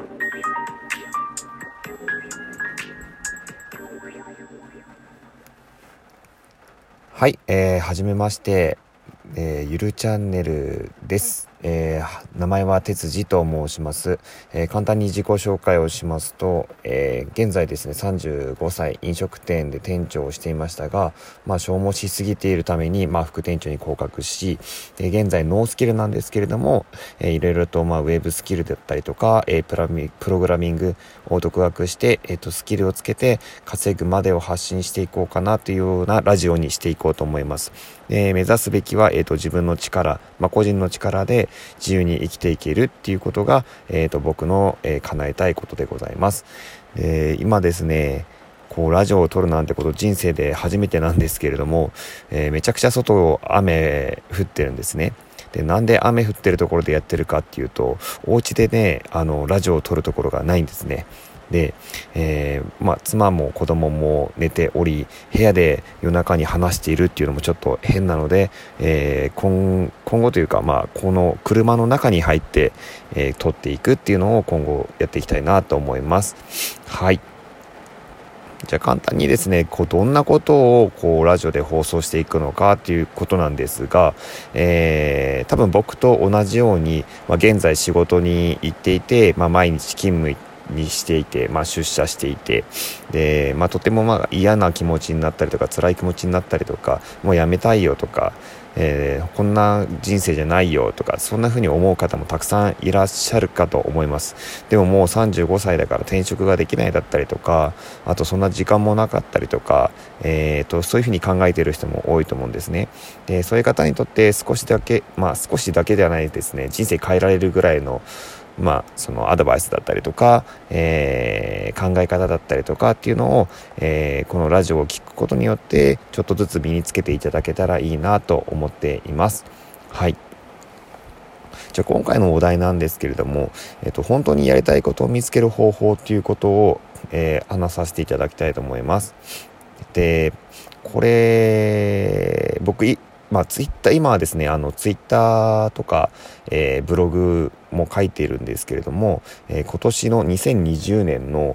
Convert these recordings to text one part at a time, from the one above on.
はい、はじめまして、ゆるチャンネルです。名前は哲司と申します。簡単に自己紹介をしますと、現在ですね35歳、飲食店で店長をしていましたが、消耗しすぎているために、副店長に降格し、現在ノースキルなんですけれども、いろいろとウェブスキルだったりとか、プログラミングを独学して、スキルをつけて稼ぐまでを発信していこうかなというようなラジオにしていこうと思います。目指すべきは、自分の力、個人の力で自由に生きていけるっていうことが、僕の、叶えたいことでございます。今ですねラジオを撮るなんてこと人生で初めてなんですけれども、めちゃくちゃ外雨降ってるんですね。で、なんで雨降ってるところでやってるかっていうと、お家でねラジオを撮るところがないんですね。で、妻も子供も寝ており、部屋で夜中に話しているっていうのもちょっと変なので、今後というか、この車の中に入って、撮っていくっていうのを今後やっていきたいなと思います。はい。じゃあ簡単にですね、どんなことをラジオで放送していくのかっていうことなんですが、多分僕と同じように、現在仕事に行っていて、毎日勤務にしていて、出社していて、で、とても嫌な気持ちになったりとか辛い気持ちになったりとか、もうやめたいよとか、こんな人生じゃないよとか、そんな風に思う方もたくさんいらっしゃるかと思います。でももう35歳だから転職ができないだったりとか、あとそんな時間もなかったりとか、そういう風に考えている人も多いと思うんですね。で、そういう方にとって少しだけではないですね、人生変えられるぐらいのそのアドバイスだったりとか、考え方だったりとかっていうのを、このラジオを聞くことによってちょっとずつ身につけていただけたらいいなと思っています。はい。じゃあ今回のお題なんですけれども、本当にやりたいことを見つける方法ということを、話させていただきたいと思います。で、これ僕ツイッター、今はですねツイッターとか、ブログも書いているんですけれども、今年の2020年の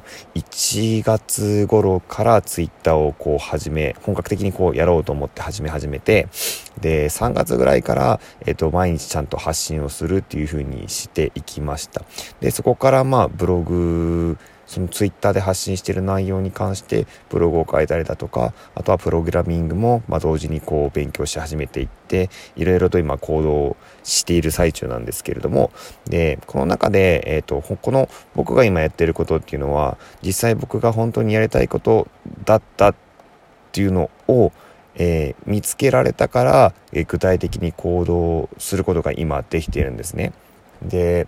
1月頃からツイッターを本格的にやろうと思って始めて、で3月ぐらいから、毎日ちゃんと発信をするっていう風にしていきました。でそこからブログ、そのツイッターで発信している内容に関してブログを書いたりだとか、あとはプログラミングも同時に勉強し始めていって、いろいろと今行動している最中なんですけれども、でこの中で、この僕が今やっていることっていうのは実際僕が本当にやりたいことだったっていうのを、見つけられたから、具体的に行動することが今できているんですね。で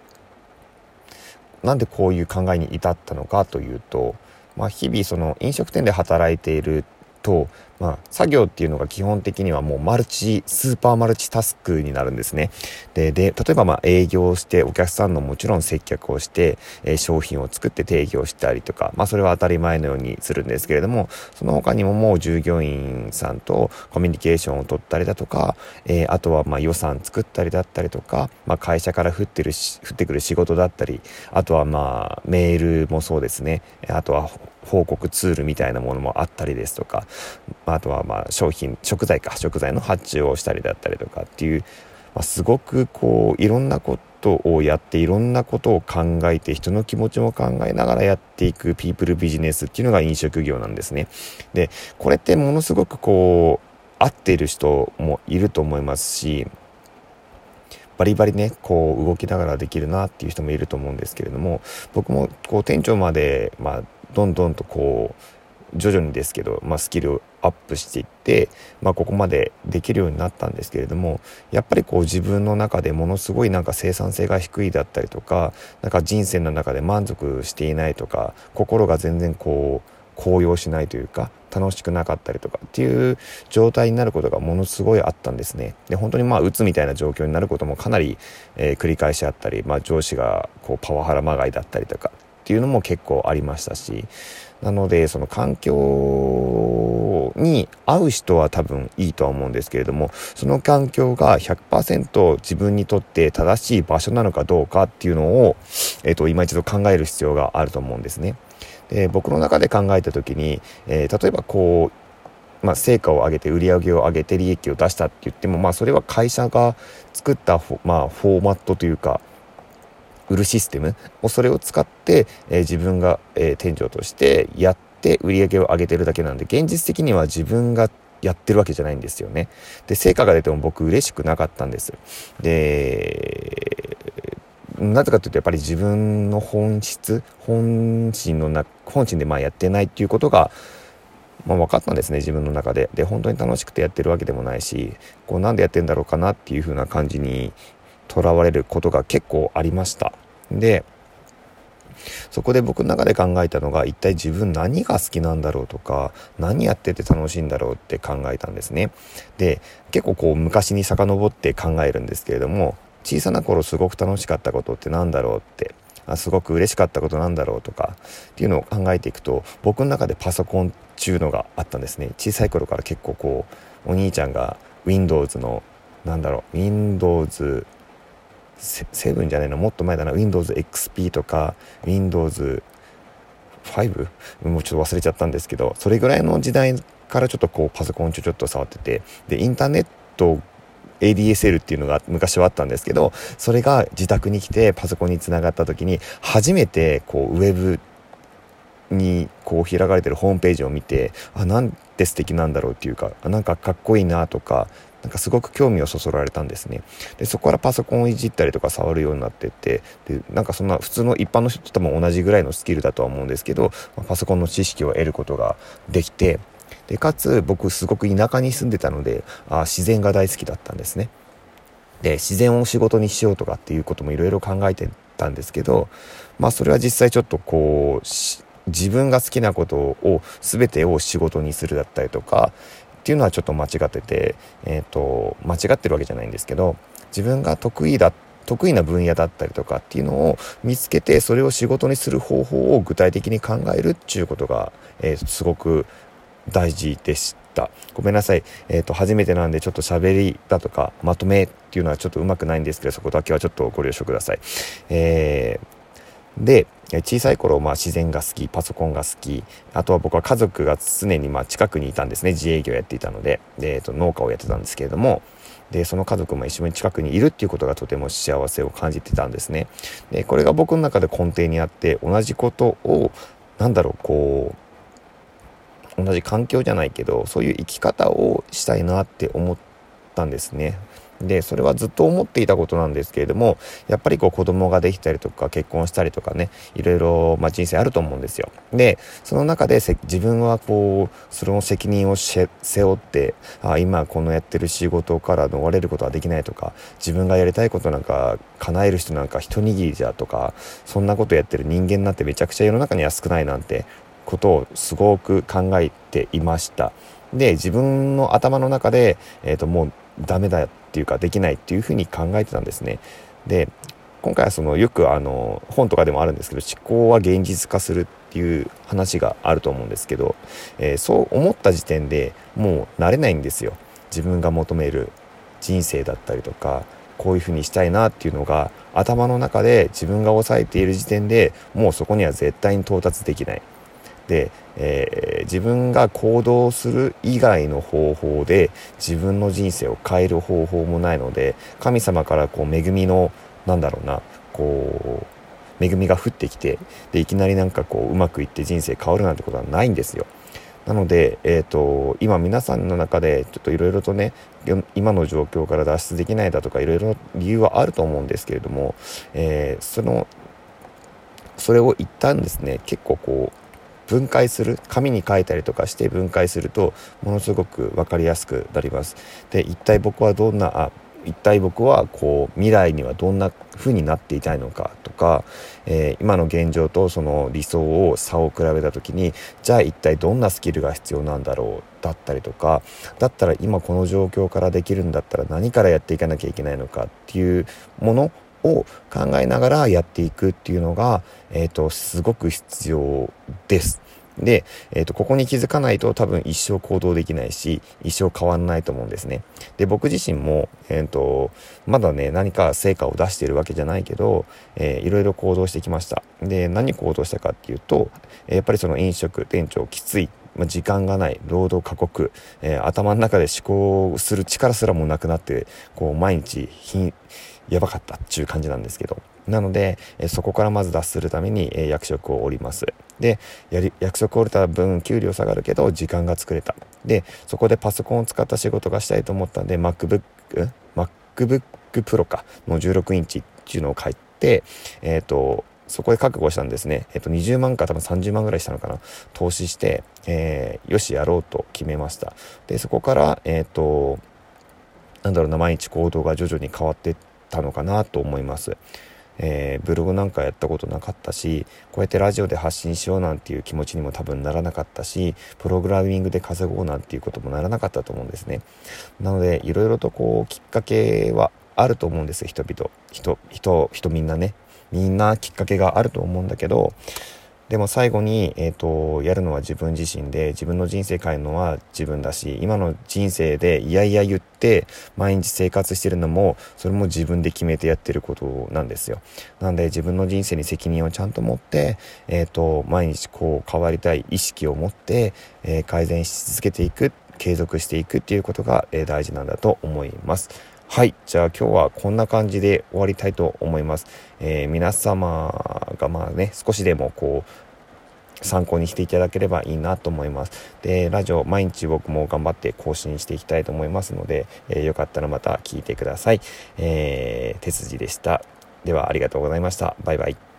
なんでこういう考えに至ったのかというと、日々その飲食店で働いていると、作業っていうのが基本的にはもうスーパーマルチタスクになるんですね。で例えば営業してお客さんのもちろん接客をして、商品を作って提供したりとか、それは当たり前のようにするんですけれども、その他にももう従業員さんとコミュニケーションを取ったりだとか、あとは予算作ったりだったりとか、会社から降ってくる仕事だったり、あとはメールもそうですね、あとは報告ツールみたいなものもあったりですとか、あとは食材の発注をしたりだったりとかっていう、すごくいろんなことをやって、いろんなことを考えて、人の気持ちも考えながらやっていくピープルビジネスっていうのが飲食業なんですね。でこれってものすごく合っている人もいると思いますし、バリバリね動きながらできるなっていう人もいると思うんですけれども、僕も店長までどんどんと徐々にですけど、スキルをアップしていって、ここまでできるようになったんですけれども、やっぱり自分の中でものすごい生産性が低いだったりとか、人生の中で満足していないとか、心が全然高揚しないというか楽しくなかったりとかっていう状態になることがものすごいあったんですね。で本当に鬱みたいな状況になることもかなり、繰り返しあったり、上司がパワハラまがいだったりとかっていうのも結構ありましたし、なのでその環境に合う人は多分いいとは思うんですけれども、その環境が 100% 自分にとって正しい場所なのかどうかっていうのを、 今一度考える必要があると思うんですね。で、僕の中で考えた時に、例えばこう、成果を上げて売り上げを上げて利益を出したって言っても、それは会社が作ったフォーマットというか売るシステムをそれを使って、自分が、店長としてやって売り上げを上げてるだけなんで、現実的には自分がやってるわけじゃないんですよね。で、成果が出ても僕嬉しくなかったんです。で、なぜかというとやっぱり自分の本心でやってないっていうことが分かったんですね、自分の中で。で、本当に楽しくてやってるわけでもないし、なんでやってんだろうかなっていう風な感じにとらわれることが結構ありました。で、そこで僕の中で考えたのが、一体自分何が好きなんだろうとか、何やってて楽しいんだろうって考えたんですね。で、結構昔に遡って考えるんですけれども、小さな頃すごく楽しかったことってなんだろうって、すごく嬉しかったことなんだろうとかっていうのを考えていくと、僕の中でパソコンっていうのがあったんですね。小さい頃から結構お兄ちゃんが Windows のWindows 7じゃないの、もっと前だな、 Windows XP とか Windows 5、もうちょっと忘れちゃったんですけど、それぐらいの時代からちょっとパソコンちょっと触ってて、でインターネット ADSL っていうのが昔はあったんですけど、それが自宅に来てパソコンにつながった時に初めてウェブに開かれてるホームページを見て、なんて素敵なんだろうっていうか、なんかかっこいいなとか、なんかすごく興味をそそられたんですね。で、そこからパソコンをいじったりとか触るようになってって、で、なんかそんな普通の一般の人と多分同じぐらいのスキルだとは思うんですけど、パソコンの知識を得ることができて、でかつ僕すごく田舎に住んでたので、自然が大好きだったんですね。で、自然を仕事にしようとかっていうこともいろいろ考えてたんですけど、それは実際ちょっと自分が好きなことを全てを仕事にするだったりとかっていうのはちょっと間違ってて、間違ってるわけじゃないんですけど、自分が得意な分野だったりとかっていうのを見つけて、それを仕事にする方法を具体的に考えるっていうことが、すごく大事でした。ごめんなさい、初めてなんでちょっと喋りだとかまとめっていうのはちょっとうまくないんですけど、そこだけはちょっとご了承ください。で、小さい頃、自然が好き、パソコンが好き、あとは僕は家族が常に近くにいたんですね。自営業やっていたので、農家をやってたんですけれども、でその家族も一緒に近くにいるっていうことがとても幸せを感じてたんですね。でこれが僕の中で根底にあって、同じことを同じ環境じゃないけど、そういう生き方をしたいなって思ったんですね。でそれはずっと思っていたことなんですけれども、やっぱり子供ができたりとか結婚したりとかね、いろいろ人生あると思うんですよ。でその中で自分はその責任を背負って、今このやってる仕事から逃れることはできないとか、自分がやりたいことなんか叶える人なんか一握りじゃとか、そんなことやってる人間なんてめちゃくちゃ世の中には少ないなんてことをすごく考えていました。で自分の頭の中で、もうダメだっていうかできないっていうふうに考えてたんですね。で今回はよく本とかでもあるんですけど、思考は現実化するっていう話があると思うんですけど、そう思った時点でもう慣れないんですよ。自分が求める人生だったりとか、こういうふうにしたいなっていうのが頭の中で自分が抑えている時点で、もうそこには絶対に到達できない。で、自分が行動する以外の方法で自分の人生を変える方法もないので、神様から恵みの恵みが降ってきて、でいきなりうまくいって人生変わるなんてことはないんですよ。なので、今皆さんの中でちょっといろいろとね、今の状況から脱出できないだとかいろいろ理由はあると思うんですけれども、それを一旦ですね、結構分解する、紙に書いたりとかして分解するとものすごく分かりやすくなります。で一体僕は未来にはどんな風になっていたいのかとか、今の現状とその理想を差を比べた時に、じゃあ一体どんなスキルが必要なんだろうだったりとか、だったら今この状況からできるんだったら何からやっていかなきゃいけないのかっていうものを考えながらやっていくっていうのが、すごく必要です。 で、ここに気づかないと多分一生行動できないし、一生変わんないと思うんですね。で、僕自身も、まだね、何か成果を出しているわけじゃないけど、いろいろ行動してきました。で、何行動したかっていうと、やっぱりその飲食、店長きつい、時間がない、労働過酷、頭の中で思考する力すらもなくなって、こう、毎日やばかったっていう感じなんですけど。なので、そこからまず脱するために、役職を降ります。で、役職を降りた分給料下がるけど時間が作れた。で、そこでパソコンを使った仕事がしたいと思ったんで MacBook Pro かの16インチっていうのを買って、そこで覚悟したんですね。20万か多分30万ぐらいしたのかな。投資して、よしやろうと決めました。で、そこから、毎日行動が徐々に変わっていったのかなと思います。ブログなんかやったことなかったし、こうやってラジオで発信しようなんていう気持ちにも多分ならなかったし、プログラミングで稼ごうなんていうこともならなかったと思うんですね。なのでいろいろとこうきっかけはあると思うんです。人みんなね、みんなきっかけがあると思うんだけど、でも最後に、やるのは自分自身で、自分の人生変えるのは自分だし、今の人生でいやいや言って毎日生活してるのも、それも自分で決めてやってることなんですよ。なんで自分の人生に責任をちゃんと持って、毎日こう変わりたい意識を持って、改善し続けていく、継続していくっていうことが、大事なんだと思います。はい。じゃあ今日はこんな感じで終わりたいと思います。皆様が少しでもこう参考にしていただければいいなと思います。で、ラジオ毎日僕も頑張って更新していきたいと思いますので、よかったらまた聞いてください。哲司でした。ではありがとうございました。バイバイ。